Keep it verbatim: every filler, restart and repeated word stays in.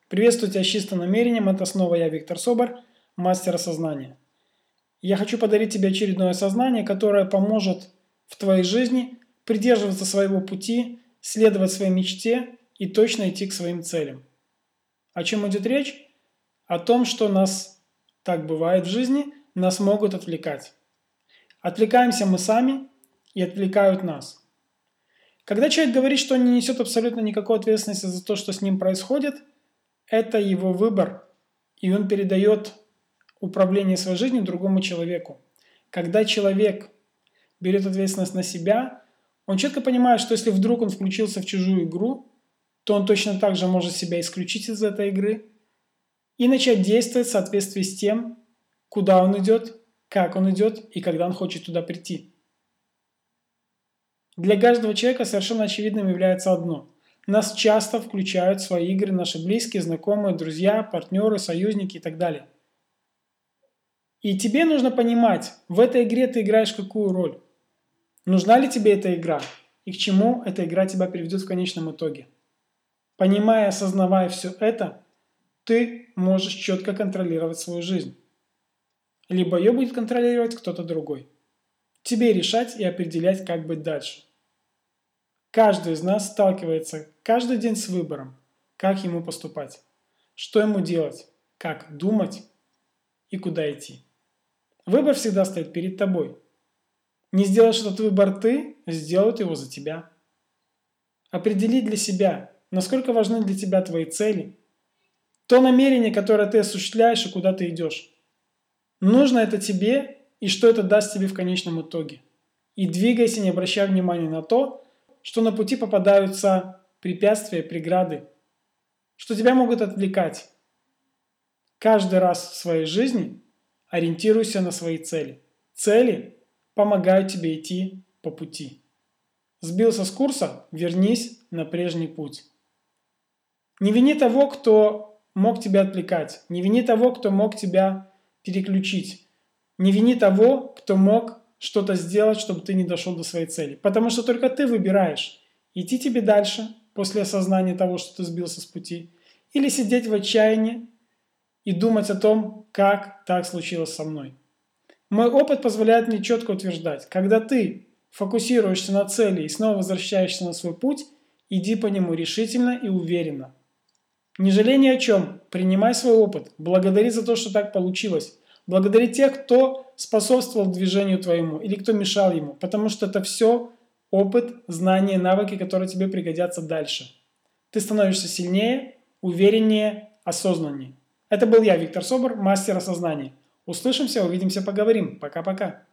Приветствую тебя с чистым намерением, это снова я, Виктор Собор, мастер осознания. Я хочу подарить тебе очередное осознание, которое поможет в твоей жизни придерживаться своего пути, следовать своей мечте и точно идти к своим целям. О чем идет речь? О том, что нас, так бывает в жизни, нас могут отвлекать. Отвлекаемся мы сами и отвлекают нас. Когда человек говорит, что он не несет абсолютно никакой ответственности за то, что с ним происходит, это его выбор, и он передает управление своей жизнью другому человеку. Когда человек берет ответственность на себя, он четко понимает, что если вдруг он включился в чужую игру, то он точно так же может себя исключить из этой игры и начать действовать в соответствии с тем, куда он идет, как он идет и когда он хочет туда прийти. Для каждого человека совершенно очевидным является одно. Нас часто включают в свои игры наши близкие, знакомые, друзья, партнеры, союзники и так далее. И тебе нужно понимать, в этой игре ты играешь какую роль. Нужна ли тебе эта игра и к чему эта игра тебя приведет в конечном итоге. Понимая, осознавая все это, ты можешь четко контролировать свою жизнь. Либо ее будет контролировать кто-то другой. Тебе решать и определять, как быть дальше. Каждый из нас сталкивается каждый день с выбором, как ему поступать, что ему делать, как думать и куда идти. Выбор всегда стоит перед тобой. Не сделаешь этот выбор ты, сделают его за тебя. Определи для себя, насколько важны для тебя твои цели, то намерение, которое ты осуществляешь и куда ты идешь. Нужно это тебе и что это даст тебе в конечном итоге. И двигайся, не обращая внимания на то, что на пути попадаются препятствия, преграды, что тебя могут отвлекать. Каждый раз в своей жизни ориентируйся на свои цели. Цели помогают тебе идти по пути. Сбился с курса, вернись на прежний путь. Не вини того, кто мог тебя отвлекать. Не вини того, кто мог тебя переключить. Не вини того, кто мог что-то сделать, чтобы ты не дошел до своей цели. Потому что только ты выбираешь, идти тебе дальше после осознания того, что ты сбился с пути, или сидеть в отчаянии и думать о том, как так случилось со мной. Мой опыт позволяет мне четко утверждать, когда ты фокусируешься на цели и снова возвращаешься на свой путь, иди по нему решительно и уверенно. Не жалей ни о чем, принимай свой опыт, благодари за то, что так получилось. Благодари тех, кто способствовал движению твоему или кто мешал ему, потому что это все опыт, знания, навыки, которые тебе пригодятся дальше. Ты становишься сильнее, увереннее, осознаннее. Это был я, Виктор Собор, мастер осознания. Услышимся, увидимся, поговорим. Пока-пока.